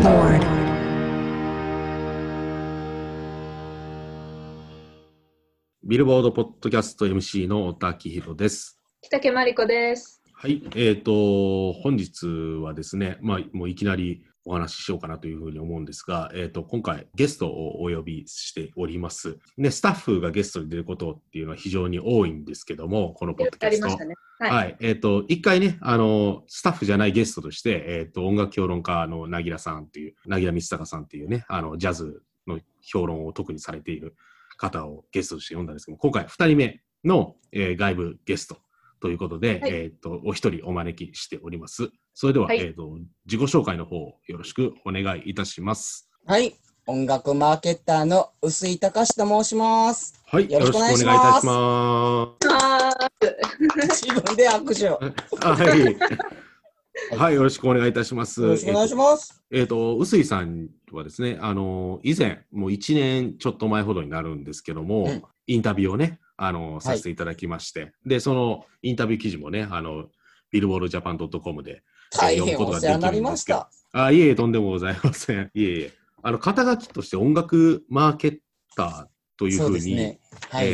Billboard. ビルボードポッドキャスト MC の太田明宏です。 北家真理子です。 はい、本日はですね、もういきなりお話ししようかなというふうに思うんですが、今回ゲストをお呼びしております。で、スタッフがゲストに出ることっていうのは非常に多いんですけども、このポッドキャスト。 ありましたね。 はい。一回ね、スタッフじゃないゲストとして、音楽評論家の凪良さんっていう、凪良光隆さんっていうね、ジャズの評論を特にされている方をゲストとして呼んだんですけども、今回2人目の、外部ゲストということで、 はい、 お一人お招きしております。それでは、 はい、 自己紹介の方よろしくお願いいたします。 はい、音楽マーケッターの臼井隆と申します。 はい、よろしくお願いいたします。 自分で握手を。 はい。はい、よろしくお願いいたします。 よろしくお願いします。 臼井さんはですね、以前、もう1年ちょっと前ほどになるんですけども、インタビューをね、させていただきまして、で、そのインタビュー記事もね、ビルボードジャパン .com で、 大変お世話になりました。 いえいえ、とんでもございません。いえいえ。肩書きとして音楽マーケッターというふうに、 ね、はい、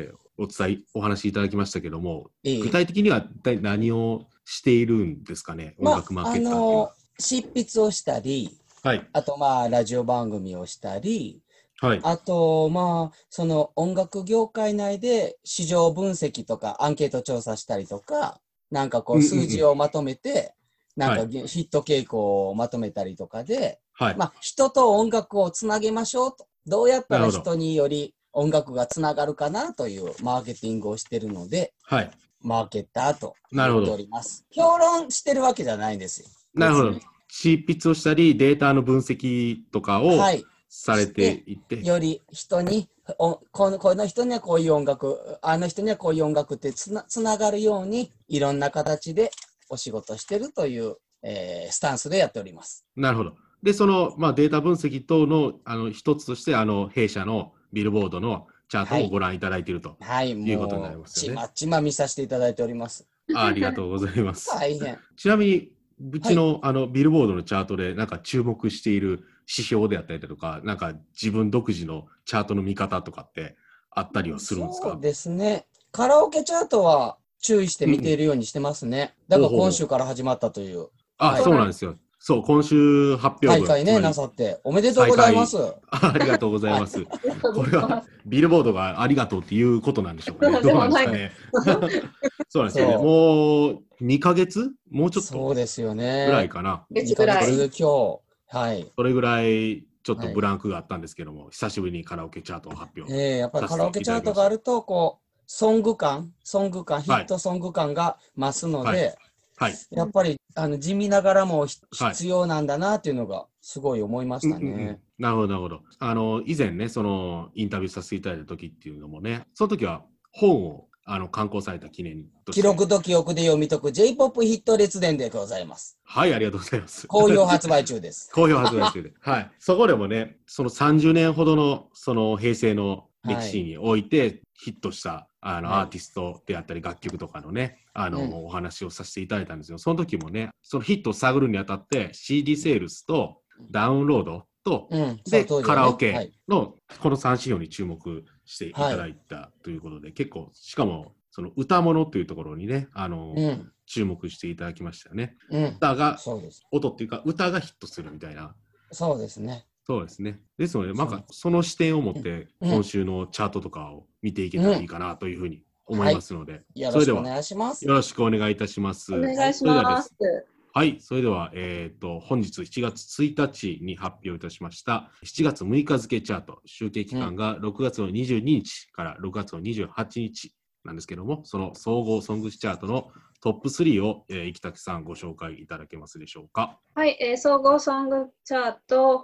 お話しいただきましたけども、具体的には一体何をしているんですかね、音楽マーケッターっていうのは。 執筆をしたり、 はい、 あとラジオ番組をしたり、 はい、 あとその音楽業界内で市場分析とかアンケート調査したりとか、なんかこう数字をまとめて、なんかヒット傾向をまとめたりとかで、はい、人と音楽をつなげましょうと。どうやったら人により音楽がつながるかなというマーケティングをしているので、はい、マーケッターと言っております。評論してるわけじゃないんですよ。 なるほど。執筆をしたり、データの分析とかをされていて、 より人にこの人にはこういう音楽、あの人にはこういう音楽ってつながるように、いろんな形でお仕事してるという、スタンスでやっております。 なるほど。で、その、データ分析等の一つとして、弊社のビルボードのチャートをご覧いただいていると、いうことになりますよね。 ちまちま見させていただいております。 ありがとうございます。 大変。 ちなみに、うちの、ビルボードのチャートで、なんか注目している指標であったりとか、なんか自分独自のチャートの見方とかってあったりはするんですか？ そうですね。カラオケチャートは注意して見ているようにしてますね。だから今週から始まったという。 そうなんですよ。そう、今週発表大会ね、なさって。おめでとうございます。 ありがとうございます。これは、ビルボードがありがとうっていうことなんでしょうかね。どうなんですかね。そうなんですよね。もう2ヶ月もうちょっと。 そうですよね。 ぐらいかな。 2ヶ月今日。はい。 それぐらい、ちょっとブランクがあったんですけども、久しぶりにカラオケチャートを発表。 やっぱりカラオケチャートがあると、こう、ソング感、ヒットソング感が増すので、やっぱり地味ながらも必要なんだなっていうのがすごい思いましたね。 なるほど、なるほど。以前ね、そのインタビューさせていただいた時っていうのもね、その時は本を刊行された記念として。 記録と記憶で読み解く J-POP ヒット列伝でございます。 はい、ありがとうございます。 好評発売中です。 好評発売中で。はい。そこでもね、その30年ほどのその平成の歴史においてヒットしたアーティストであったり楽曲とかのね、お話をさせていただいたんですよ。その時もね、そのヒットを探るにあたって CD セールスとダウンロードと、で、カラオケのこの3指標に注目していただいたということで、結構、しかもその歌物というところにね、注目していただきましたよね。歌が、音っていうか歌がヒットするみたいな。 そうですね。 そうですね。ですので、なんかその視点を持って今週のチャートとかを見ていけたらいいかなというふうに思いますので、 よろしくお願いします。 よろしくお願いいたします。 お願いします。 はい、それでは、本日7月1日に発表いたしました7月6日付チャート、集計期間が6月の22日から6月の28日なんですけども、その総合ソングスチャートのトップ3を、生田さんご紹介いただけますでしょうか。 はい、総合ソングチャート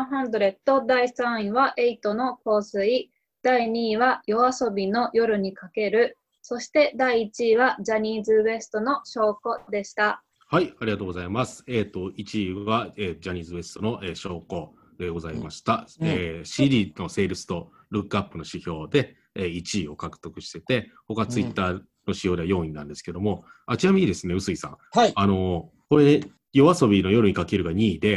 HOT100 第3位は8の香水、第2位はYOASOBIの夜にかける、そして第1位はジャニーズ WEST の証拠でした。 はい、ありがとうございます。1位は、ジャニーズ WEST の、証拠でございました。CD のセールスとルックアップの指標で、1位を獲得してて、他ツイッターの仕様では4位なんですけども、ちなみにですね、臼井さん、 はい、 これ、YOASOBIの夜にかけるが2位で、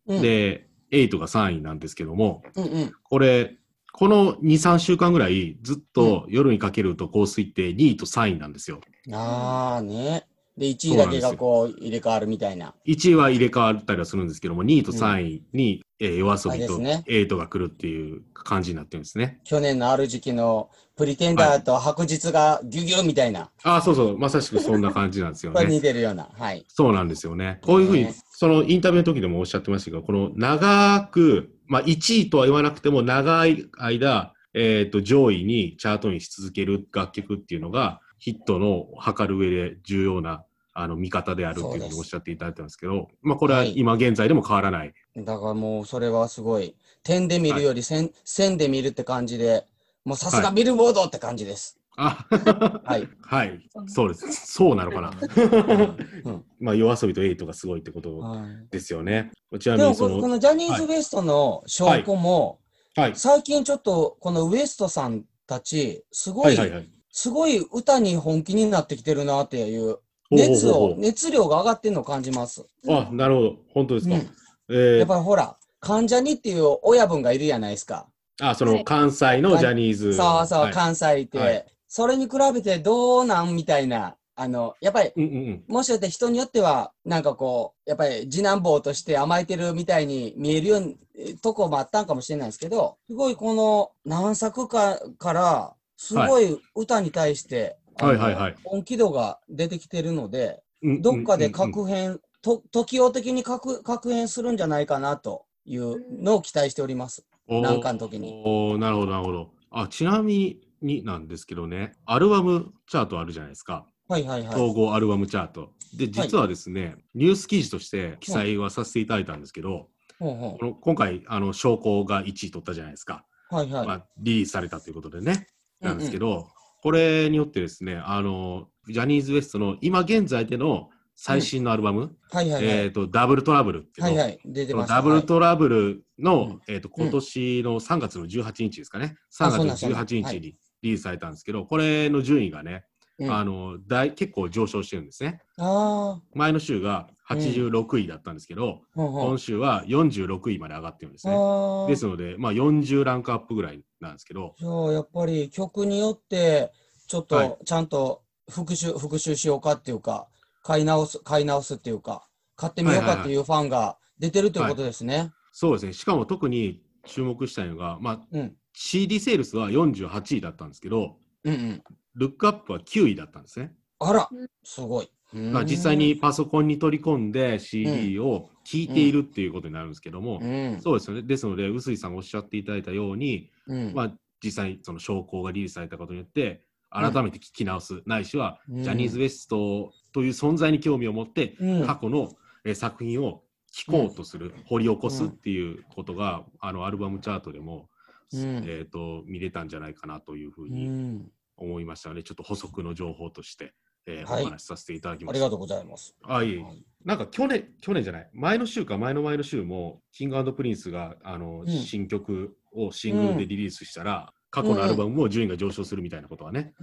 で、8が3位なんですけども、 うんうん。 この2、3週間ぐらいずっと夜にかけると香水って2位と3位なんですよ。 ああね。で、1位だけがそうなんですよ。 こう入れ替わるみたいな。 1位は入れ替わったりはするんですけども、2位とうん。 3位に、夜遊あれびとですね。 8が来るっていう感じになってるんですね。 去年のある時期のプリテンはい。 ダーと白日がギュギュみたいな。 ああ、そうそう。まさしくそんな感じなんですよこれね。 似てるような。はい。 そうなんですよね。こういうふうに、 ね。 そのインタビューの時でもおっしゃってましたが、この長く、まあ1位とは言わなくても長い間、上位にチャートにし続ける楽曲っていうのが、ヒットの測る上で重要な、見方であるっていうふうにおっそうです。 しゃっていただいたんですけど、まあこれははい。 今現在でも変わらない。 だからもうそれはすごい。点で見はい。 るより線で見るって感じで、もうさすはい。 がビルボードって感じです。 あ、 はい。 はい。 そうそうです。そうなのかな。 うん。うん。 まあ、夜遊びとエイトがすごいってことはい。 ですよね。ちなでみに、 もこのジャニーはい。 ズ WEST の証はい。 拠も、 はい。 最近ちょっとこのウエストさんたち、 はい。はい。はい。 すごい歌に本気になってきてるなっていうほうほうほうほ熱量が上がってんのを感じます。 う。あ、なるほど。本当ですか。 うん。やっぱりほら、関ジャニっていう親分がいるじゃないですか。 そのはい。 関西のジャニーズの。 そうそう、 はい。 関西っはい。 て、それに比べてどうなんみたいな、やっぱり、 うんうんうん。 もしかして人によっては、なんかこう、やっぱり次男坊として甘えてるみたいに見えるように、とこもあったんかもしれないですけど、すごいこの何作かから、すはい。 ごい歌に対して、 はいはいはい。 本気度が出てきてるので、 うんうんどっかでうんうん。 確変、時応的に確変するんじゃないかなというのを期待しております。なんかの時に。 おー、なるほどなるほど。ちなみになんですけどね、アルバムチャートあるじゃないですか。 はいはいはい。 総合アルバムチャート。で、 はい。 実はですね、ニュース記事として記うん。 載はさせていただいたんですけど、 ほうほ今回、証拠が1位取ったじゃないですか。 う。はいはい。 まあ、リリースされたということでね、なんですけうんうん。 ど、これによってですね、ジャニーズ WEST の今現在でのうん。 最新のアルバム、 はいはいはい。 ダブルトラブルっていうの、 はいはい。出てそのました。はい。 ダブルトラブルの、 うん。 今うん。 年の3月の18日ですかね、 あ、 3月の18 そんはい。 日にちにリリースされたんですけど、これの順位がね、 うん。 結構上昇してるんですね。 ああ。 前の週がうん。 86位だったんですけど、 ほうほ今週は46位まで上がってるんですう。 ね。でああ。 すので、まあ、40ランクアップぐらいなんですけど、 じゃあ、やっぱり曲によって、ちょっはい。 と、ちゃんと復習しようかっていうか、買い直すっていうか、買ってみようはいはいはい。 かっていうファンが出てるというこはい。 とですね。 そうですね。しかも特に注目したいのが、まあ、 うん。 CD セールスは48位だったんですけど、 うんうん。 ルックアップは9位だったんですね。 あら、 うん。 すごい。うまあ、実際ーん。 にパソコンに取り込んでうん。 CD を聴いうん。 ているっていうことになるんですけども、 うん。 そうですよね。ですので、臼井さんがおっしゃっていただいたように、 うん。 まあ、実際にその証拠がリリースされたことによって、 うん。 改めて聞き直す、ないしは、 うジャニーズん。 WEST という存在に興味を持って、 うん。 過去の作品を聴うん。 こうとする、掘り起こうん。 すっていうことが、アルバムチャートでも、 うん。 見れたんじゃないかなというふううにん。 思いましたので、ちょっと補足の情報として、おはい。 話しさせていただきました。 ありがとうございます。 いえ。 はい。 なんか去年じゃない、前の週か前の前の週も、キングプリンスがうん。 新曲をシングルでうん。 リリースしたら、過去のアルうん。 バムも順位が上昇するみたいなことはね、 うん。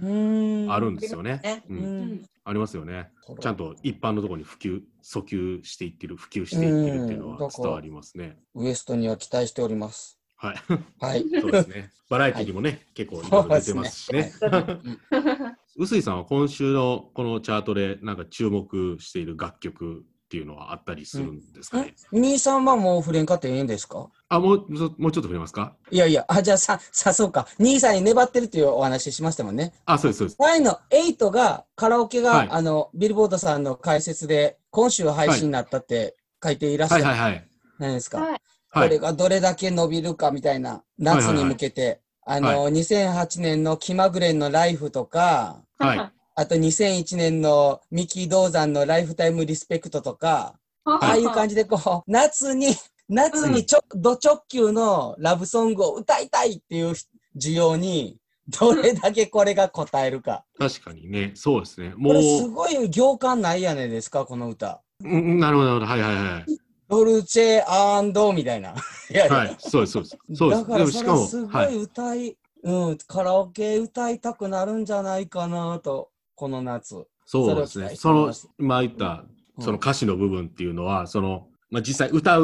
うーん。 あるんありますですよね。 ね。 うん。 うん。 うん。 ありますよね。 これ。 ちゃんと一般のところに普及しうていってるっていうのん。 はだから、 伝わりますね。 ウエストには期待しております。 はい。 はい。 そうですね。バラエはい。 ティにもね、結構いろいろ出てまそうですね。はい。 すしね。 だね。 うん。 臼井さんは今週のこのチャートでなんか注目している楽曲っていうのはあったりするうん。 んですかね。 兄さんはもう触れんかっていいんですか？ もうちょっと触れますか？ いやいや、じゃあそうか。兄さんに粘ってるっていうお話しましたもんね。 そうです、そうです。 前の8が、カラオケが、 はい。 ビルボードさんの解説で、今週配はい。 信になったって書いていらっはい、 しゃるはい、はい。 じゃないですか。 はい。 はい。 これがどれだけ伸びるかみたいな、 はい、はい、 夏にはい。 向けて、 はい。 2008年の気まぐれんのライフとか、 はい。 あと2001年の三木道山のライフタイムリスペクトとか、あはい。 あいう感じでこう、夏うん。 にド直球のラブソングを歌いたいっていう需要に、どれだけこれが応えるか。 確かにね、そうですね。 これすもごい行間ないやないですか、この歌。 なるほど、なるほど。はい、はい、はい。 ドルチェみたいな。いやいや。 はい。そうです、そうです。そうです。でも、 だからそしかも、 れすごいはい。 カラオケ歌いたくなるんじゃないかなと、この夏。そそうですね。 れを期待しております。 今言った、そのうん。 歌詞の部分っていうのは、まあ、実際歌う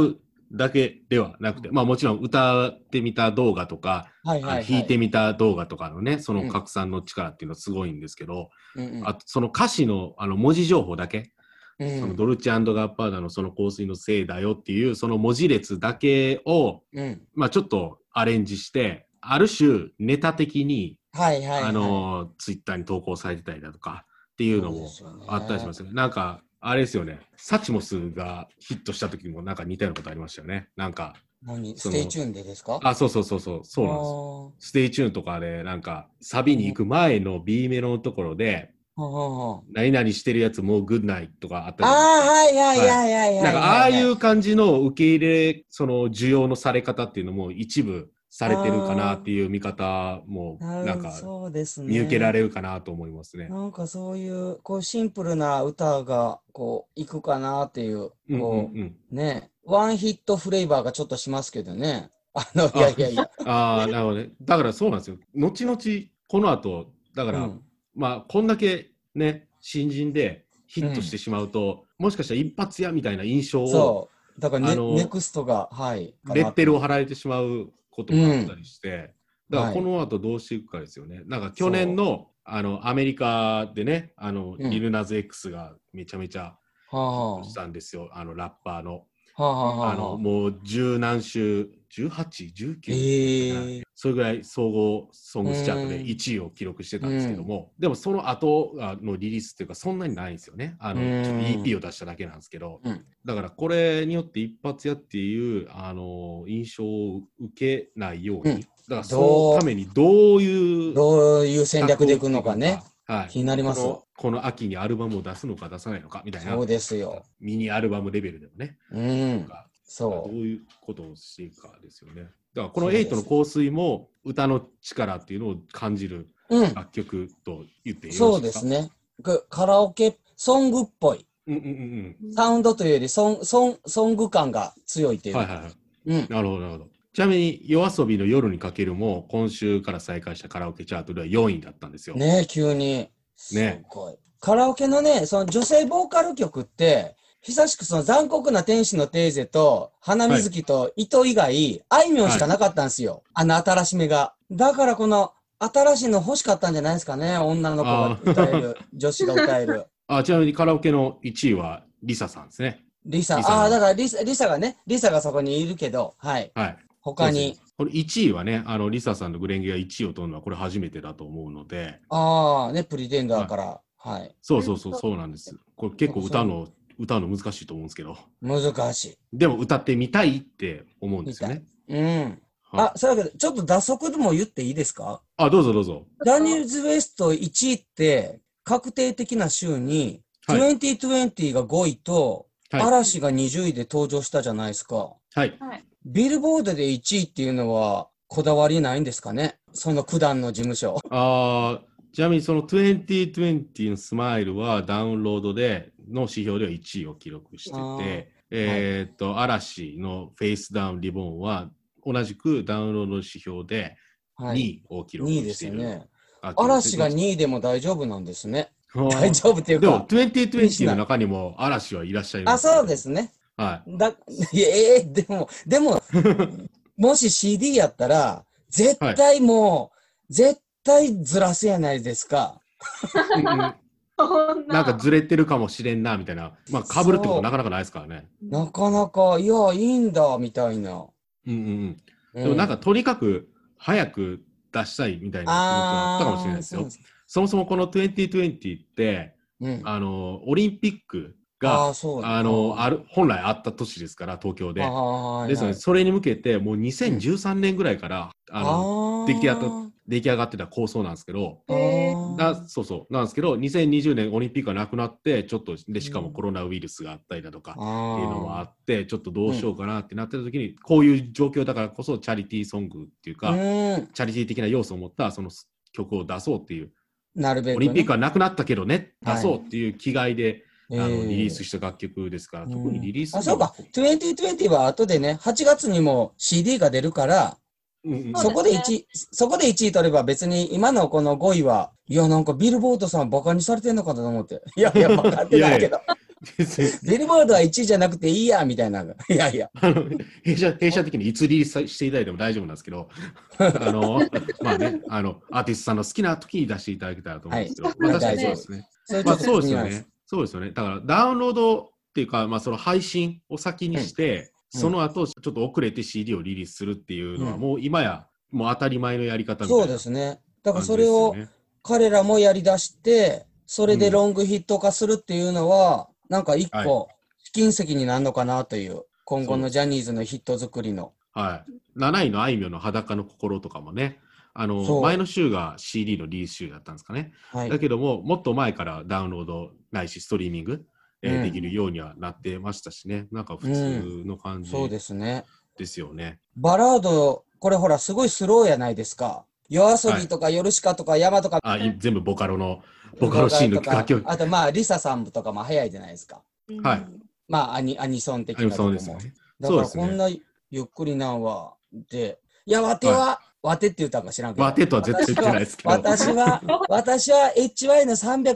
だけではなくて、まあもちろん歌ってみた動画とか、 はいはいはい。 弾いてみた動画とかのね、その拡散の力っていうのはすごいんですけど、あとその歌詞の文字情報だけ、そのドルチェ&ガッパーナのその香水のせいだよっていうその文字列だけを、まあちょっとアレンジして、ある種ネタ的に、ツイッターに投稿されてたりだとかっていうのもあったりしますよね。なんか、あれですよね、サチモスがヒットした時もなんか似たようなことありましたよね。なんか、 ステイチューンでですか？ そうなんですよ。ステイチューンとかで、なんか、サビに行く前の B メロのところで、何々してるやつもうグッナイとかあったりとか。なんか、ああいう感じの受け入れ、その需要のされ方っていうのも一部されてるかなっていう見方も、なんか、見受けられるかなと思いますね。 なんかそういう、こうシンプルな歌が、こう、いくかなっていう、こう、ね、ワンヒットフレーバーがちょっとしますけどね。いやいやいや。 なるほどね。だからそうなんですよ。後々、この後、だから、まあ、こんだけね、新人でヒットしてしまうと、もしかしたら一発屋みたいな印象を、 そう。だからネクストが、はい。 レッテルを貼られてしまうことがあったりして、だからこの後どうしていくかですよね。なんか去年の、アメリカでね、リルナズ X がめちゃめちゃヒットしたんですよ。ラッパーの。もう十何週、18、19、それぐらい総合ソングスチャートで1位を記録してたんですけども、でもその後のリリースっていうかそんなにないんですよね。ちょっと EP を出しただけなんですけど、だからこれによって一発屋っていう印象を受けないように、だからそのためにどういう戦略でいくのかね。気になります。 この秋にアルバムを出すのか出さないのかみたいな。 そうですよ。 ミニアルバムレベルでもね。どういうことをしていくかですよね。だからこの8の香水も歌の力っていうのを感じる楽曲と言っていいですか？ そうですね。カラオケソングっぽい。サウンドというよりソング感が強いっていう。なるほどなるほど。ちなみに夜遊びの夜にかけるも今週から再開したカラオケチャートでは4位だったんですよ。 ね、急に。すごい。カラオケのね、その女性ボーカル曲って、久しくその残酷な天使のテーゼと、花水木と糸以外、あいみょんしかなかったんですよ。新しめが。だからこの新しいの欲しかったんじゃないですかね。女の子が歌える、女子が歌える。 ちなみにカラオケの1位はリサさんですね。 リサ。だからリサがね、リサがそこにいるけど、はい。他に。 これ1位はね、リサさんのグレンゲが1位を取るのはこれ初めてだと思うので。 ね、プリテンダーから。はい。 そうなんです。これ結構歌うの難しいと思うんですけど。 難しい。 でも歌ってみたいって思うんですよね。 そうだけど、ちょっと打足でも言っていいですか？ どうぞどうぞ。 ダニエルズ・ウェスト1位って、確定的な週に、2020が5位と、嵐が20位で登場したじゃないですか。ビルボードで1位っていうのは、こだわりないんですかね？その九段の事務所。 ちなみにその2020のスマイルはダウンロードの指標では1位を記録してて、嵐のフェイスダウンリボンは同じくダウンロードの指標で2位を記録している。 2位ですよね。嵐が2位でも大丈夫なんですね。大丈夫っていうか。 でも2020の中にも嵐はいらっしゃいます。 そうですね。でも、もし CD やったら、絶対ずらすやないですか。 なんかずれてるかもしれんなみたいな。まあ被るってことなかなかないですからね。 なかなか、いや、いいんだみたいな。 でもなんかとにかく早く出したいみたいな気持ちがあったかもしれないですよ。そもそもこの2020って、オリンピックが本来あった年ですから東京で。ですのでそれに向けてもう2013年ぐらいから出来上がってた構想なんですけど、なんですけど2020年オリンピックがなくなってちょっとでしかもコロナウイルスがあったりだとかっていうのもあってちょっとどうしようかなってなってた時にこういう状況だからこそチャリティーソングっていうかチャリティー的な要素を持ったその曲を出そうっていうオリンピックはなくなったけどね出そうっていう気概でリリースした楽曲ですから、特にリリースそうか、2020は後でね、8月にも CD が出るから、そこで1位取れば別に今のこの5位は、いや、なんかビルボードさんバカにされてんのかと思って。いや、バカってないけど。 ビルボードは1位じゃなくていいやみたいな。いやいや。 弊社的にいつリリースしていただいても大丈夫なんですけど、まあね、アーティストさんの好きな時に出していただけたらと思うんですけど、 はいまあ確かにそうですね。まあそうですよね。そうですよね。だからダウンロードっていうか、まあその配信を先にして、その後ちょっと遅れて CD をリリースするっていうのは、もう今やもう当たり前のやり方みたいな。 そうですね。だからそれを彼らもやり出して、それでロングヒット化するっていうのは、なんか一個、試金石になるのかなという、今後のジャニーズのヒット作りの。 はい。7位のあいみょんの裸の心とかもね、前の週が CD のリリース週だったんですかね。はい、だけども、もっと前からダウンロードないし、ストリーミング、できるようにはなってましたしね。なんか普通の感じ、 そうですね。 ですよね。 バラード、これほら、すごいスローやないですか。夜遊びとか、ヨルシカとか、山とか。 全部ボカロシーンの楽曲。 あと、まあ、リサさんとかも早いじゃないですか。 はい。 まあ、アニソン的なところも。ですね、だから、こんなゆっくりなんは、で、いや、わてって言ったんか知らんけど。 わてとは絶対言ってないですけど。 私は HY の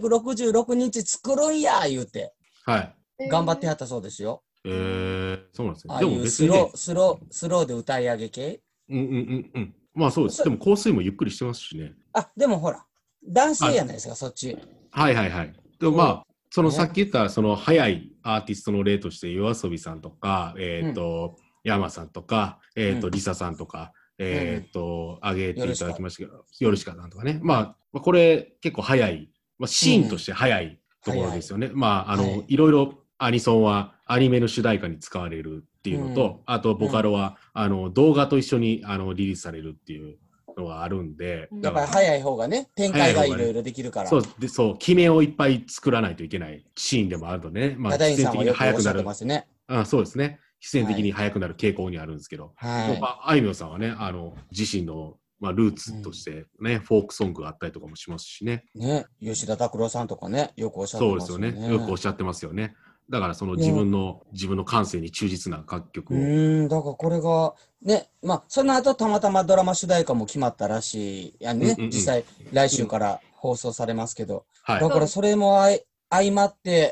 366日作るんや、言うて。 はい。 頑張ってやったそうですよ。 そうなんですね。 でも別に、ね、スローで歌い上げ系。 まあそうです。でも香水もゆっくりしてますしね。 でもほら、男性やないですか、そっち。 はい。でもまあ、そのさっき言ったその早いアーティストの例として、YOASOBIさんとか、山さんとか、リサさんとか、挙げていただきましたけど、ヨルシカさんとかね。まあ、これ結構早い、シーンとして早いところですよね。まあ、いろいろアニソンはアニメの主題歌に使われるっていうのと、あとボカロは、動画と一緒にリリースされるっていうのがあるんで。 やっぱり早い方がね、展開がいろいろできるから。 そう、決めをいっぱい作らないといけないシーンでもあるのでね。まあ、必然的に速くなる。そうですね。必然的に速くなる傾向にあるんですけど。あいみょんさんはね、自身のルーツとしてね、フォークソングがあったりとかもしますしね。 吉田拓郎さんとかね、よくおっしゃってますよね。 そうですよね。よくおっしゃってますよね。だからその自分の感性に忠実な楽曲を。 だからこれが、ね、まあ、その後たまたまドラマ主題歌も決まったらしい。ね、実際来週から放送されますけど。だからそれも相まって、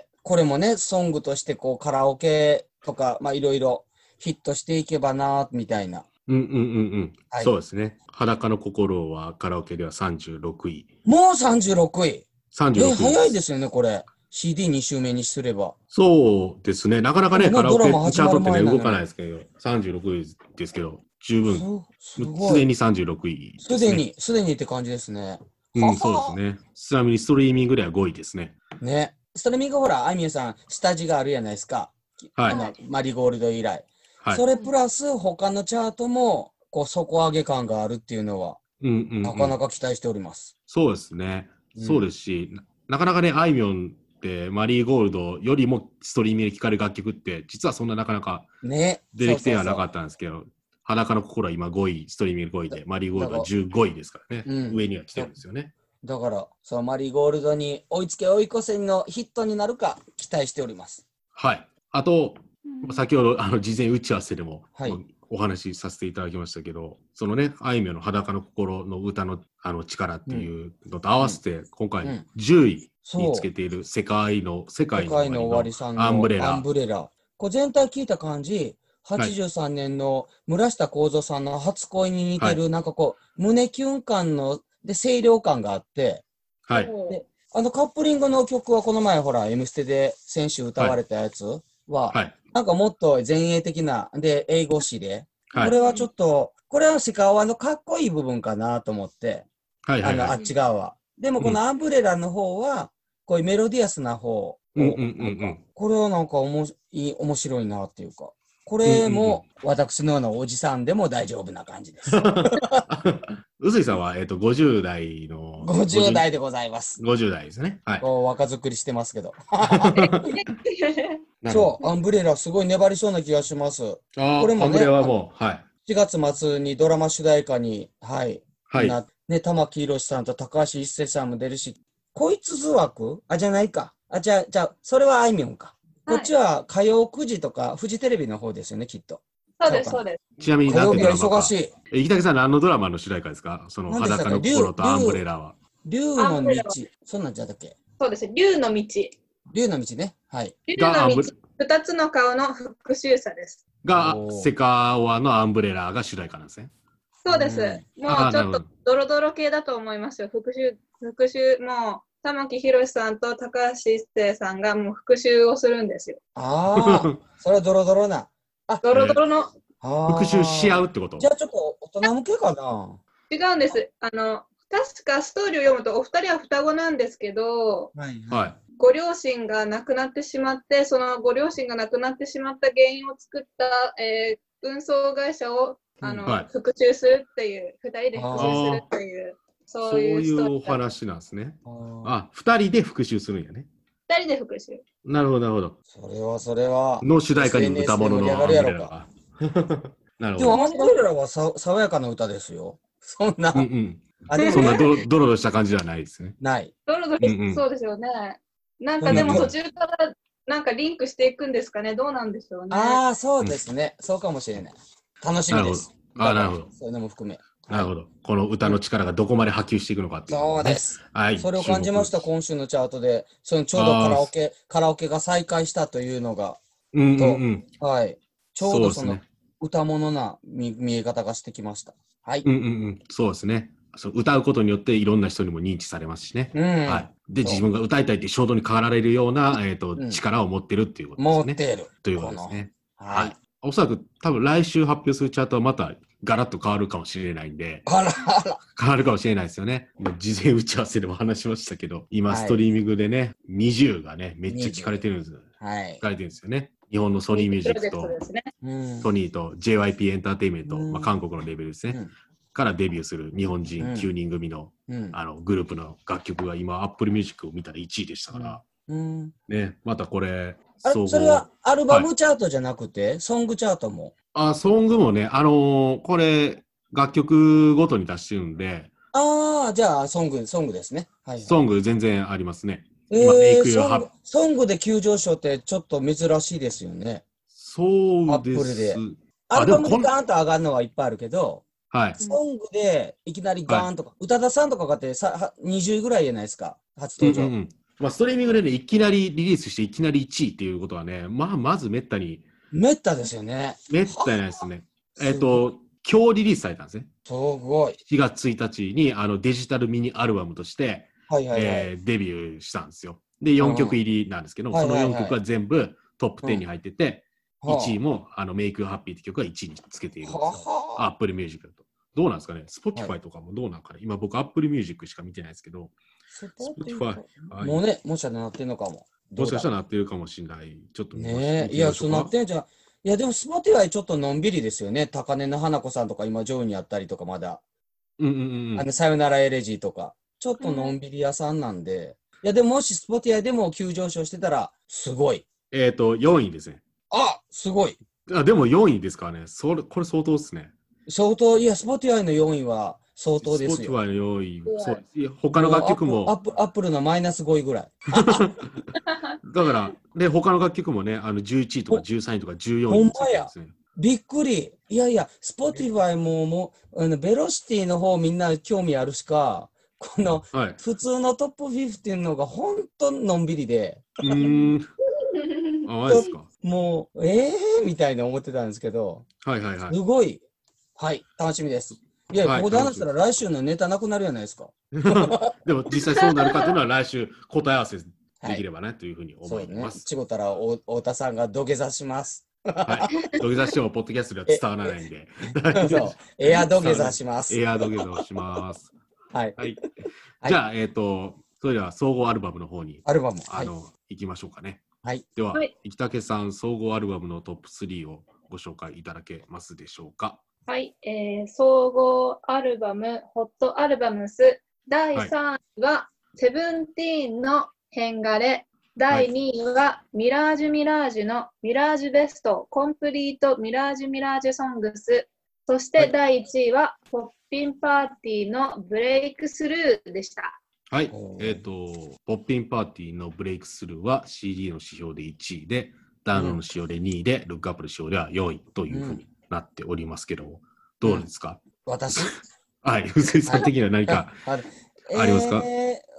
これもね、ソングとしてこうカラオケとか、まあいろいろヒットしていけばな、みたいな。 そうですね。裸の心はカラオケでは36位。 もう36位。 36位。 早いですよね、これ。CD2 週目にすれば。 そうですね。なかなかね、カラオケチャートってね、動かないですけど、36位ですけど、十分。すでに36位。 すでにって感じですね。 そうですね。ちなみにストリーミングでは5位ですね。 ね。ストリーミングほら、あいみょんさん、下地があるじゃないですか。マリゴールド以来。それプラス、他のチャートも、こう、底上げ感があるっていうのは、なかなか期待しております。 そうですね。そうですし、なかなかね、あいみょんってマリーゴールドよりもストリーミングで聴かれる楽曲って、実はそんななかなか出てきてはなかったんですけど、裸の心は今5位、ストリーミング5位で、マリーゴールドは15位ですからね、上には来てるんですよね。 だから、そのマリーゴールドに追いつけ追い越せのヒットになるか期待しております。 はい。あと、先ほど事前打ち合わせでも、お話しさせていただきましたけど、そのね、あいみょんの裸の心の歌の力っていうのと合わせて、今回10位につけている世界の終わりのアンブレラ。 これ全体聞いた感じ、83年の村下幸三さんの初恋に似てる、なんかこう、胸キュン感の、で、清涼感があって、でカップリングの曲はこの前ほら、M ステで先週歌われたやつは、なんかもっと前衛的な、で、英語詞で、これはちょっと、これはセカオワのかっこいい部分かなと思って、あっち側は。でもこのアンブレラの方は、こういうメロディアスな方。これはなんか面白いなっていうか、これも私のようなおじさんでも大丈夫な感じです。 臼井さんは、50代の。 50代でございます。 50代ですね。はい。 若作りしてますけど。そう、アンブレラすごい粘りそうな気がします。これもね、アンブレラはもう、4月末にドラマ主題歌に、ね、玉木宏さんと高橋一生さんも出るし、こいつ図枠じゃないか。じゃあ、それはあいみょんか。こっちは火曜9時とか、フジテレビの方ですよね、きっと。 そうです、そうです。 ちなみに火曜日は忙しい。 池竹さん、何のドラマの主題歌ですか？その裸の心とアンブレラは。 竜の道。そんなんじゃったっけ？ そうです、竜の道。 竜の道ね。はい。 竜の道、2つの顔の復讐者です。 が、セカオワのアンブレラが主題歌なんですね。 そうです。もうちょっとドロドロ系だと思いますよ。復讐、もう、玉木宏さんと高橋一生さんがもう復讐をするんですよ。 ああ、それはドロドロな。 ドロドロの。 復讐し合うってこと？ じゃあちょっと大人向けかな。 違うんです。確かストーリーを読むとお二人は双子なんですけど、ご両親が亡くなってしまって、そのご両親が亡くなってしまった原因を作った、運送会社を復讐するっていう、二人で復讐するっていう、 そういうお話なんですね。二人で復讐するんやね。 二人で復讐。 なるほど、なるほど。それは。 の主題歌に歌物のアンブレラが。 なるほど。でもアンブレラは爽やかな歌ですよ。そんな。 そんなドロドロした感じではないですね。 ない。 ドロドロそうですよね。なんかでも途中からなんかリンクしていくんですかね。どうなんでしょうね。 ああ、そうですね。そうかもしれない。楽しみです。 なるほど。 そういうのも含め。 なるほど。この歌の力がどこまで波及していくのかっていう、 そうです。 はい。 それを感じました、今週のチャートで。ちょうどカラオケが再開したというのが。はい。ちょうどその歌物な見え方がしてきました。はい。 そうですね。歌うことによっていろんな人にも認知されますしね。はい。で、自分が歌いたいって衝動に変わられるような、力を持ってるっていうことですね。 持っている。 ということですね。はい。おそらく多分来週発表するチャートはまたガラッと変わるかもしれないんで。変わるかもしれないですよね。事前打ち合わせでも話しましたけど、今ストリーミングでね、20がね、めっちゃ聞かれてるんです。聞かれてるんですよね。日本のソニーミュージックと、ソニーと JYP エンターテインメント、韓国のレベルですね。からデビューする日本人9人組の、グループの楽曲が今、Apple Music を見たら1位でしたから、ね、またこれ、 それはアルバムチャートじゃなくて、ソングチャートも。 ソングもね、これ、楽曲ごとに出してるんで。 じゃあ、ソングですね。 ソング全然ありますね。 ソングで急上昇ってちょっと珍しいですよね。 そうです。 アルバムでガーンと上がるのはいっぱいあるけど、ソングでいきなりガーンとか、宇多田さんとかがって20位ぐらいじゃないですか、初登場。 ストリーミングでね、いきなりリリースしていきなり1位っていうことはね、まずめったに。 めったですよね。 めったにないですね。今日リリースされたんですね。 すごい。 4月1日にデジタルミニアルバムとして、デビューしたんですよ。で、4曲入りなんですけど、その4曲は全部トップ10に入ってて、1位もMake You Happy って曲が1位につけているんですよ。Apple Music だと。どうなんですかね ?Spotify とかもどうなんかね、今僕 Apple Music しか見てないですけど、 Spotify。もうね、もしかしたらなってんのかも。 もしかしたらなってるかもしれない。ちょっとねいや、そうなってんじゃん。いや、でも Spotify ちょっとのんびりですよね。高根の花子さんとか今上位にあったりとかまだ。さよならエレジーとか。ちょっとのんびり屋さんなんで。いや、でももし Spotify でも急上昇してたら、すごい。 4位ですね。 すごい。 でも4位ですからね。これ相当ですね。 相当、いや、Spotify の4位は相当ですよ。 Spotify の4位。そう他の楽曲も。 アップルのマイナス5位ぐらい。 だから、で、他の楽曲もね、11位とか13位とか14位についてですね。 びっくり。いやいや、Spotify もベロシティの方みんな興味あるしか、この、普通のトップ50のが本当のんびりで。 マジですか。 もう、みたいな思ってたんですけど、すごい。はい、楽しみです。いや、ここで話したら来週のネタなくなるじゃないですか。 でも実際そうなるかというのは来週答え合わせできればね、というふうに思います。 ちごたら太田さんが土下座します。 土下座してもポッドキャストでは伝わらないんで。 エア土下座します。 エア土下座をします。 はい。 じゃあ、それでは総合アルバムの方に、行きましょうかね。では、生竹さん、総合アルバムのトップ3をご紹介いただけますでしょうか。 はい、総合アルバム、ホットアルバムス、第3位は、セブンティーンのヘンガレ、第2位は、ミラージュのミラージュベスト、コンプリートミラージュソングス、そして第1位は、ポッピンパーティーのブレイクスルーでした。 はい。ポッピンパーティーのブレイクスルーは CD の指標で1位で、ダウンロードの指標で2位で、ルックアップの指標では4位というふうになっておりますけども、どうですか？ 私はい。臼井さん的には何か。 ありますか？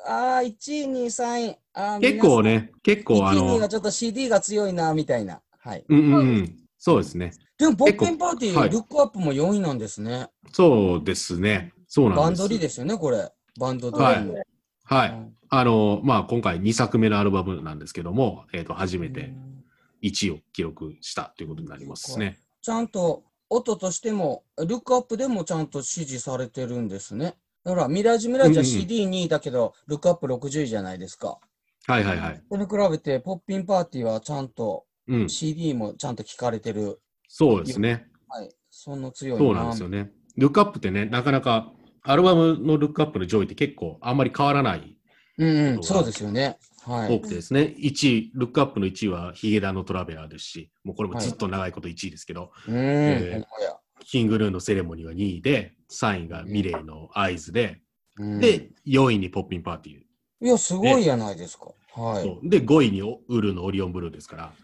1位、2位、3位。 結構ね、結構 1位、2位がちょっと CD が強いな、みたいな。はい。 そうですね。 でも、ポッピンパーティー、 はい、 ルックアップも4位なんですね。 そうですね。そうなんです。 バンドリですよね、これ。バンドドはい。 リも。 はい。まあ、今回2作目のアルバムなんですけども、初めて1位を記録したということになりますね。 ちゃんと音としても、ルックアップでもちゃんと支持されてるんですね。だから、ミラージは CD2 位だけど、ルックアップ60位じゃないですか。 はいはいはい。 それに比べて、ポッピンパーティーはちゃんと、CD もちゃんと聞かれてる。 そうですね。 はい。その強いそうなんですよね。ルックアップってね、なかなか、アルバムのルックアップの上位って結構あんまり変わらないそうですよね。はい。 多くてですね、1位、ルックアップの1位はヒゲダンのトラベラーですし、もうこれもずっと長いこと1位ですけど、キングルーのセレモニーは2位で、3位がミレイのアイズで、で、4位にポッピンパーティー。 いや、すごいやないですか。はい。 で、5位にウルのオリオンブルーですから。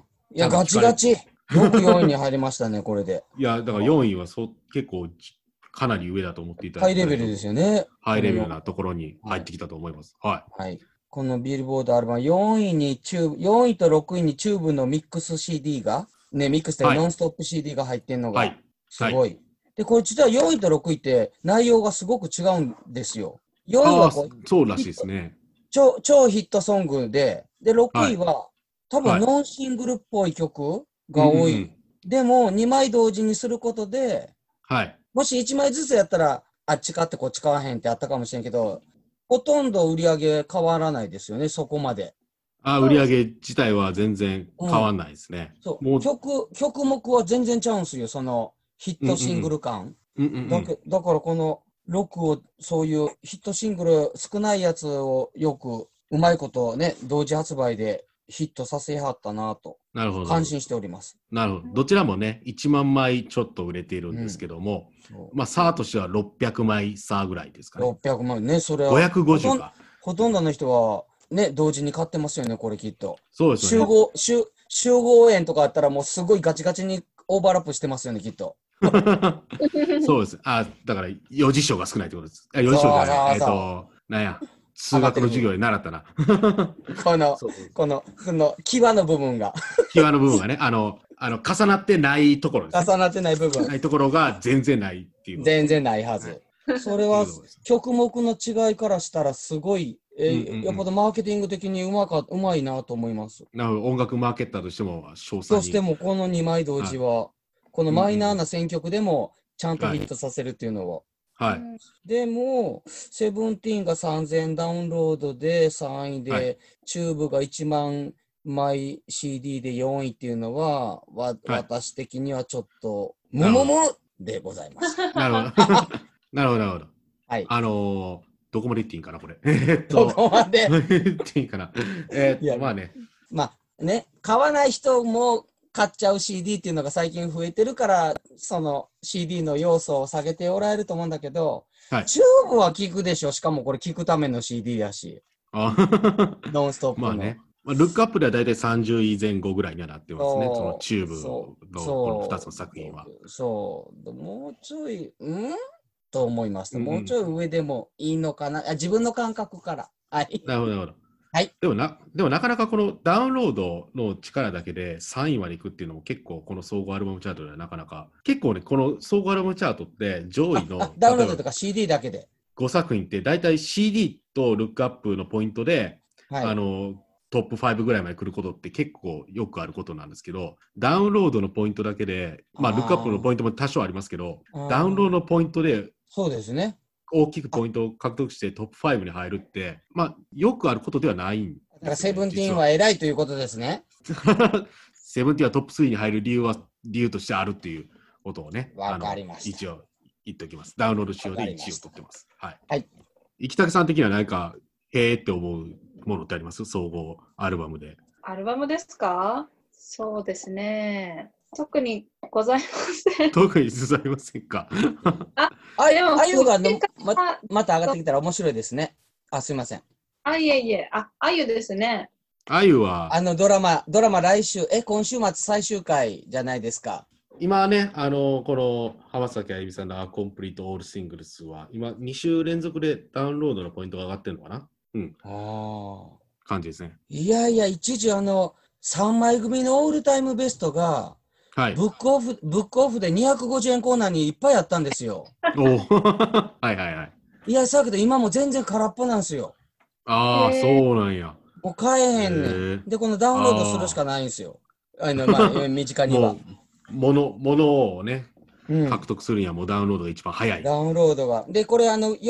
いや、ガチガチ。よく4位に入りましたね、これで。 いや、だから4位は結構かなり上だと思っていただいて。 ハイレベルですよね。 ハイレベルなところに入ってきたと思います。はい。 はい。このビルボードアルバム、4位と6位にチューブのミックス CD が、ね、ミックスでノンストップ CD が入ってんのが、すごい。で、これ実は4位と6位って内容がすごく違うんですよ。4位はそうらしいですね。 超ヒットソングで、6位は、多分ノンシングルっぽい曲が多い。でも、2枚同時にすることで、もし1枚ずつやったら、あっち買ってこっち買わへんってあったかもしれんけど、ほとんど売り上げ変わらないですよね、そこまで。 売り上げ自体は全然変わらないですね。 曲目は全然ちゃうんすよ、そのヒットシングル感。だからこのロックを、そういうヒットシングル少ないやつをよくうまいことね、同時発売でヒットさせはったなと。 なるほど。 感心しております。 なるほど。どちらもね、1万枚ちょっと売れているんですけども、まあ、差としては600枚差ぐらいですかね。 600枚ね、それは。 550か。 ほとんどの人はね、同時に買ってますよね、これきっと。 そうですね。 集合園とかあったらもうすごいガチガチにオーバーラップしてますよね、きっと。 そうです。だから、余事象が少ないってことです。余事象が、なんや。数学の授業で習ったな。 この際の部分が。 際の部分がね、重なってないところです、ね。 重なってない部分。 ないところが全然ないっていう。 全然ないはず。それは曲目の違いからしたらすごい、やっぱマーケティング的にうまいなと思います。 音楽マーケッターとしても賞賛に。 そしてもこの2枚同時は、このマイナーな選曲でもちゃんとヒットさせるっていうのは。 はい。 でも、セブンティーンが3000ダウンロードで3位で、チューブが1万枚 CD で4位っていうのは、私的にはちょっと、むでございます。 なるほど。なるほど、なるほど。 はい。 どこまで言っていいんかな、これ。 どこまで言っていいかな。まあね。 まあね、買わない人も買っちゃう CD っていうのが最近増えてるから、その CD の要素を下げておられると思うんだけど、チューブは聞くでしょ。しかもこれ聞くための CD やし。ノンストップの。まあね。 ルックアップでは大体30位前後ぐらいにはなってますね。そのチューブのこの2つの作品は。 もうちょい、と思いました。もうちょい上でもいいのかな。自分の感覚から。はい。 なるほど、なるほど。 はい、 でもなかなかこのダウンロードの力だけで3位までいくっていうのも結構この総合アルバムチャートではなかなか結構ね、この総合アルバムチャートって上位のダウンロードとか CD だけで 5作品って大体 CD とルックアップのポイントで、トップ5ぐらいまで来ることって結構よくあることなんですけど、ダウンロードのポイントだけで、まあルックアップのポイントも多少ありますけど、ダウンロードのポイントでそうですね。 大きくポイントを獲得してトップ5に入るって、まあ、よくあることではないんですよ、ね。 だからセブンティーンは偉いということですね。 セブンティーンはトップ3に入る理由としてあるっていうことをね、 わかりました。 一応言っておきます。ダウンロード仕様で1位を取ってます。はい。 はい。 生竹さん的には何か、へーって思うものってあります？総合アルバムで。 アルバムですか？そうですね。特にございません。 特にございませんか？ でも、 あゆがまた上がってきたら面白いですね。すいません。 いえ。あゆですね。 あゆは。 ドラマ来週、今週末最終回じゃないですか。 今ね、この浜崎あゆみさんのアコンプリートオールシングルスは、今2週連続でダウンロードのポイントが上がってるのかなああ。 感じですね。 いやいや、一時3枚組のオールタイムベストが、 はい。 ブックオフで250円コーナーにいっぱいあったんですよ。 おはいはいはい。 いや、だけど今も全然空っぽなんですよ。 ああ、そうなんや。 もう買えへんねん。で、このダウンロードするしかないんですよ。身近には。 ものをね、 うん。 獲得するにはもうダウンロードが一番早い。 ダウンロードが。で、これ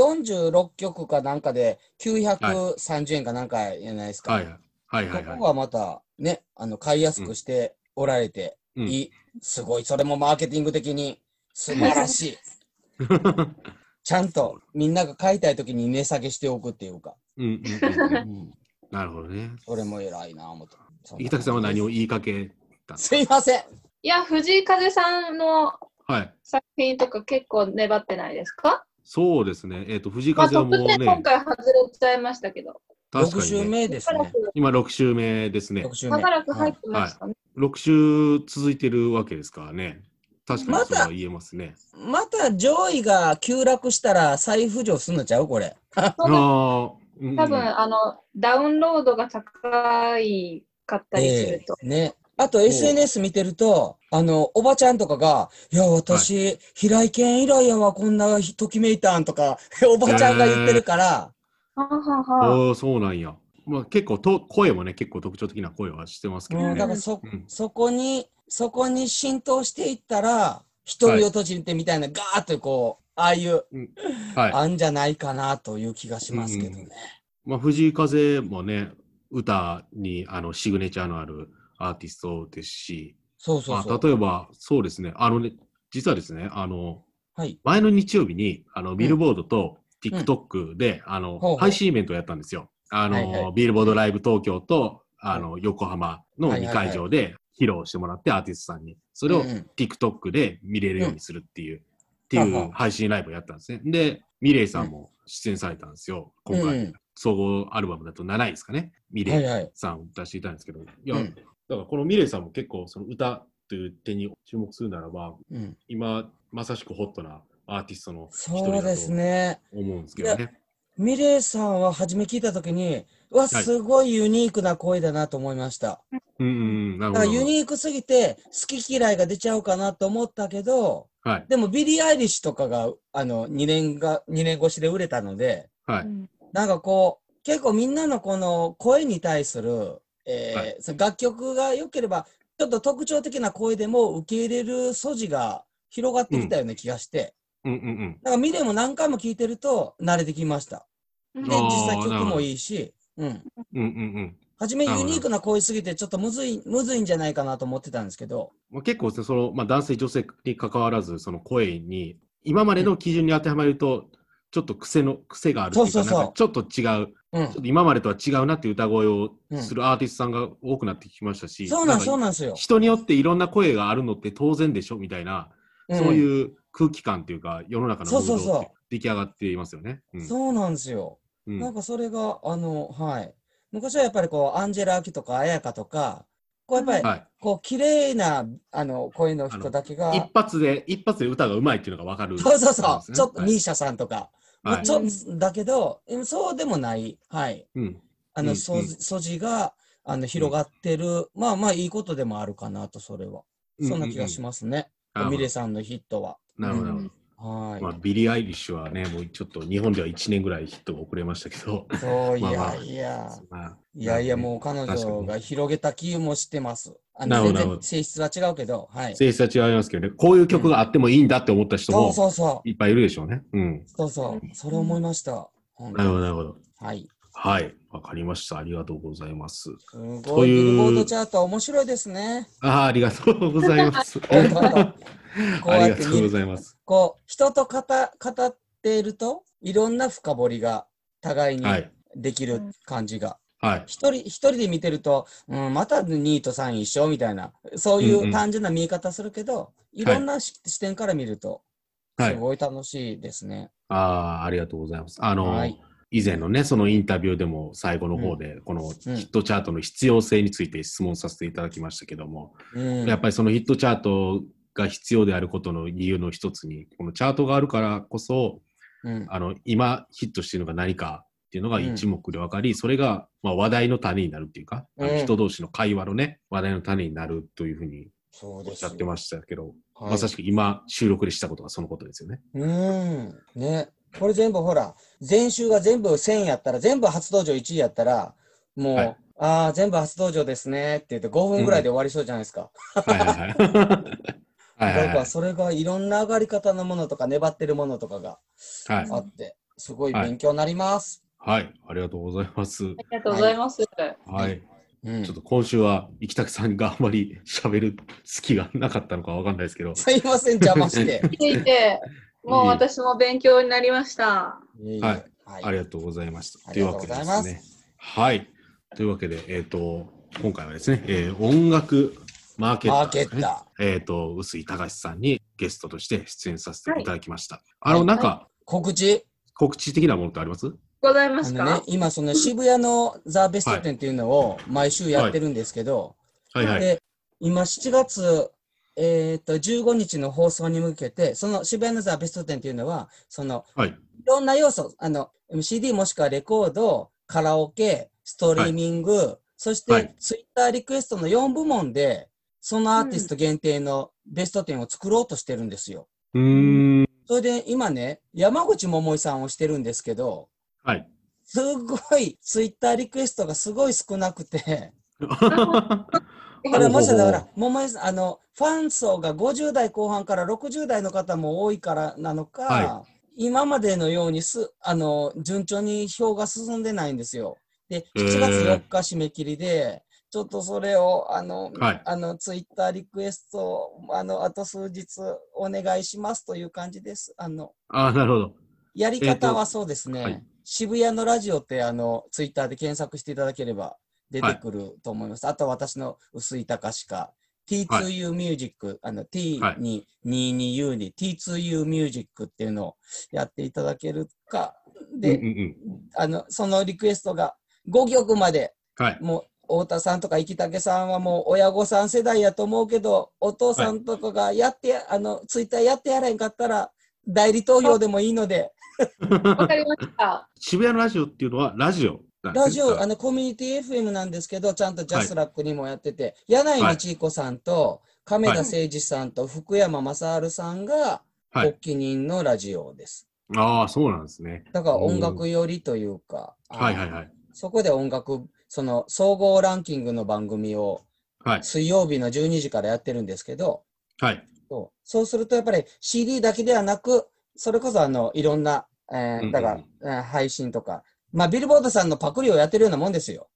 46曲かなんかではい 930円かなんかじゃないですか。 はいはいはいはい。 ここがまたね、買いやすくしておられて、 うんいい。すごい。それもマーケティング的に素晴らしい。ちゃんとみんなが買いたいときに値下げしておくっていうか。 うんうんうんうんなるほどね。 それも偉いな、思って。 池崎さんは何を言いかけたんですすいません。 いや、藤井風さんのか？はい。 作品とか結構粘ってないですか？ そうですね。藤井まあ、 風はトップ10 もうね、 今回外れちゃいましたけど、 確か 6週にね、 目ですね。 今6週目ですね 6。週目。 長らく入はいってましたね。 6週続いてるわけですからね。確かにそれは言えますね。 また上位が急落したら再浮上すんのちゃうこれ。 そうです。 ああ、うん多分、ダウンロードが高いかったりすると。 ね。あと SNS 見てると、おばちゃんとかが、いや、私、平井堅以来やわ、こんなときめいたんとか、おばちゃんが言ってるから、 はあはあはあ。 おーそうなんや。まあ、結構声もね、結構特徴的な声はしてますけどだね。 からうんそこに浸透していったら、一人を閉じてみたいな、ガーッとこう、ああいう、 うんはい。 あんじゃないかなという気がしますけどね。 まあ、藤井風もね、歌にシグネチャーのあるアーティストですし、 そうそうそう。 例えば、そうですね、実はですね、 はい。 前の日曜日に、ビルボードと TikTok で、 ほう配信イベントをやったんですよ。 はいはいビルボードライブ東京と、 は横浜の2 はいはいはい会場で披露してもらって、アーティストさんに。それをうんうん TikTok で見れるようにするっていう、 はは配信ライブをやったんですね。で、ミレイさんも出演されたんですよ。今回、 うん総合アルバムだと7位ですかね。ミレイさんを出していたんですけど、いや、 うんだからこのミレイさんも結構その歌という点に注目するならば、 うん今まさしくホットなアーティストの一人そうですだとね。 思うんですけどね。 ミレイさんは初め聞いたときに、うわ、すごいユニークな声だなと思いました。 なるほど。 だからユニークすぎて好き嫌いが出ちゃうかなと思ったけど、 はい。 でもビリー・アイリッシュとかが2年越しで売れたので、 はい。 なんかこう、結構みんなのこの声に対する、その楽曲が良ければ、ちょっと特徴的な声でも受け入れる素地が広がってきたような気がして、だからミレイも何回も聴いてると慣れてきました。で、実際曲もいいし、初めユニークな声すぎてちょっとむずいんじゃないかなと思ってたんですけど。 結構その、男性女性に関わらず、その声に、今までの基準に当てはまると、ちょっと癖があるっていうか、なんかちょっと違う、ちょっと今までとは違うなっていう歌声をするアーティストさんが多くなってきましたし、 そうなんですよ。 人によっていろんな声があるのって当然でしょみたいな、そういう空気感っていうか、世の中のムードって出来上がっていますよね。 そうなんですよ。なんかそれが、はい。昔はやっぱりこう、アンジェラ・アキとか、綾香とか、こうやっぱり、こう、綺麗な、声の人だけが。 一発で歌がうまいっていうのがわかる、 そう。ちょっと、ミーシャさんとか。だけど、そうでもない。はい。素地が、広がってる。まあ、いいことでもあるかなと、それは。そんな気がしますね。ミレさんのヒットは。 なるほど。ビリー・アイリッシュはね、もうちょっと日本では1年ぐらいヒットが遅れましたけど。 そう、いや、もう彼女が広げた気もしてます。全然性質は違うけど、はい。 性質は違いますけどね、こういう曲があってもいいんだって思った人もいっぱいいるでしょうね。 それ思いました。 なるほど。 はい。 はい、わかりました。ありがとうございます。 すごい、ビルボードチャート面白いですね。 ありがとうございます。ありがとうございます。 こう、人と語っていると、いろんな深掘りが互いにできる感じが。一人で見てると、また2位と3位一緒みたいな、そういう単純な見え方するけど、いろんな視点から見ると、すごい楽しいですね。 ありがとうございます。以前のね、そのインタビューでも最後の方で、このヒットチャートの必要性について質問させていただきましたけども、やっぱりそのヒットチャートが必要であることの理由の一つに、このチャートがあるからこそ、今ヒットしているのが何かっていうのが一目で分かり、それがまあ話題の種になるっていうか、人同士の会話のね、話題の種になるというふうにおっしゃってましたけど、まさしく今収録でしたことがそのことですよね。 ね。これ全部ほら、前週が全部1000やったら、全部初登場1位やったら、もう、全部初登場ですねって言って5分ぐらいで終わりそうじゃないですか。だからそれがいろんな上がり方のものとか粘ってるものとかがあって、すごい勉強になります。 はい、ありがとうございます。 ありがとうございます。 はい。ちょっと今週は生竹さんがあまり喋る隙がなかったのかわかんないですけど。 すいません、邪魔して。 もう私も勉強になりました。 はい。ありがとうございました。というわけでですね。はい。というわけで、今回はですね、音楽マーケッターですね。臼井隆さんにゲストとして出演させていただきました。なんか、 告知的なものってあります？ ございますか？ 今、その渋谷のザ・ベスト10っていうのを毎週やってるんですけど、で今7月、15日の放送に向けて、その渋谷のザ・ベスト10っていうのは、いろんな要素、CD もしくはレコード、カラオケ、ストリーミング、そしてツイッターリクエストの4部門で、そのアーティスト限定のベスト10を作ろうとしてるんですよ。それで今ね、山口百恵さんをしてるんですけど、すごいツイッターリクエストがすごい少なくて、これもしだから、百恵さん、ファン層が50代後半から60代の方も多いからなのか、今までのように順調に票が進んでないんですよ。で、7月4日締め切りで、ちょっとそれを、ツイッターリクエスト、あと数日お願いしますという感じです。 なるほど。 やり方はそうですね。渋谷のラジオってツイッターで検索していただければ出てくると思います。あと私の臼井隆か T2U ミュージック、T に 22U に T2U ミュージックっていうのをやっていただけるか。で、そのリクエストが5曲まで、もう太田さんとか生竹さんはもう親御さん世代やと思うけど、お父さんとかがやって、ツイッターやってやれんかったら代理投票でもいいので。 わかりました。 渋谷のラジオっていうのはラジオなんですね。 ラジオ、コミュニティ FM なんですけど、ちゃんとジャスラックにもやってて、柳井道彦さんと亀田誠二さんと福山雅治さんが発起人のラジオです。 そうなんですね。 だから音楽寄りというか、そこで音楽、その総合ランキングの番組を水曜日の12時からやってるんですけど、そうするとやっぱり CD だけではなく、それこそいろんな、だから、配信とか、ビルボードさんのパクリをやってるようなもんですよ。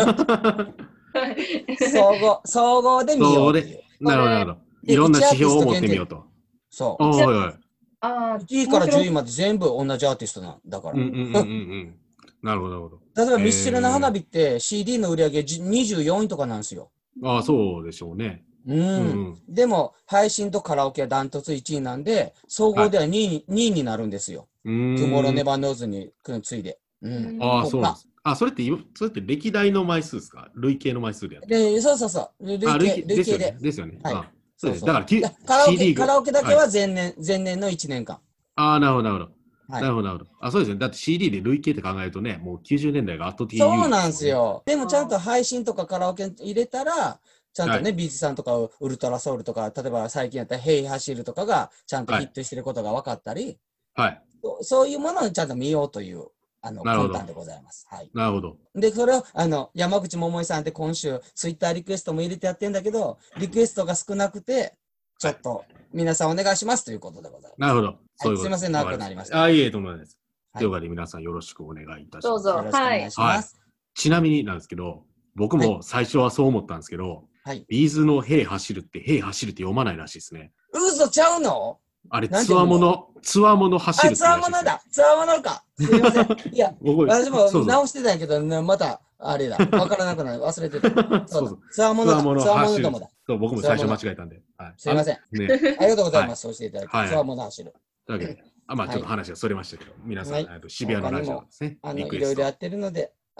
総合で見ようっていう。 なるほど、なるほど。いろんな指標を持ってみようと。 そう。1位から10位まで全部同じアーティストなんだから。 なるほど、なるほど。 例えば、ミッシルな花火って CD の売り上げ24位とかなんですよ。 そうでしょうね。 でも、配信とカラオケはダントツ1位なんで、総合では2位になるんですよ。トゥモローネバーノーズに次いで。 そうなんです。それって歴代の枚数ですか？累計の枚数でやってる？ そう。累計で。 ですよね。 そうだから、 カラオケだけは前年の1年間。 なるほど、なるほど。なるほど。そうですね。だって CD で累計って考えるとね、もう90年代が圧倒的にそうなんですよ。でもちゃんと配信とかカラオケ入れたら、ちゃんとね、ビーズさんとかウルトラソウルとか、例えば最近やったらヘイ走るとかがちゃんとヒットしてることが分かったり、そういうものをちゃんと見ようという魂胆でございます。 なるほど。 で、それを山口百恵さんって今週ツイッターリクエストも入れてやってんだけど、リクエストが少なくて、ちょっと皆さんお願いしますということでございます。 なるほど。 すいません、長くなりました。 いえ、とんでもないです。というわけで皆さんよろしくお願いいたします。 どうぞ。 よろしくお願いします。 ちなみになんですけど、僕も最初はそう思ったんですけど、ビーズのヘイ走るって読まないらしいですね。 嘘ちゃうの？ あれ、つわもの走るって。 つわものだ。つわものか。すいません。いや、私も直してたんやけど、また、あれだ。わからなくなる。忘れてた。そう。つわものどもだ。 そう、僕も最初間違えたんで。 すいません。ありがとうございます。そうしていただき。つわもの走る。 というわけで、ちょっと話がそれましたけど、皆さん、渋谷のラジオですね。 いろいろやってるので、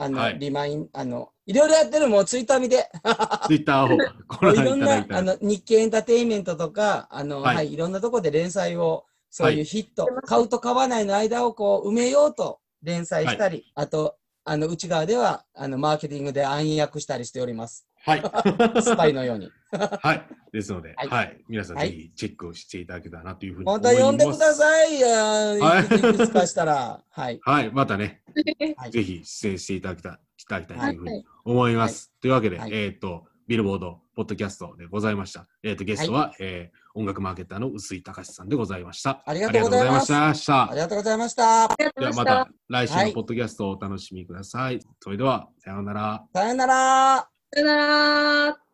はいリマイン、いろいろやってる、もうツイッター見て。 ツイッターをご覧いろんないただい、たら。 日経エンターテインメントとか、 はいはい、いろんなとこで連載を、そういうヒット、 はい買うと買わないの間をこう埋めようと連載したり、あと、内側では、マーケティングで暗躍したりしております。 はい。 スパイのように。 はい。ですので、 ははいい。皆さんはいぜひチェックをしていただけたらなというふうにま思います。 た呼んでください。 はいいくつかしたら。はい。 はい。またね、 はいぜひ出演していただきたいというふうにはい思います。というわけで、 はいビルボードポッドキャストでございました。ゲストは、音楽マーケターの臼井隆さんでございました。 ありがとうございますありがとうございましたありがとうございました。 ありがとうではございました。 また来週のポッドキャストをお楽しみください。それでは、さようなら。 さよなら。 さよなら。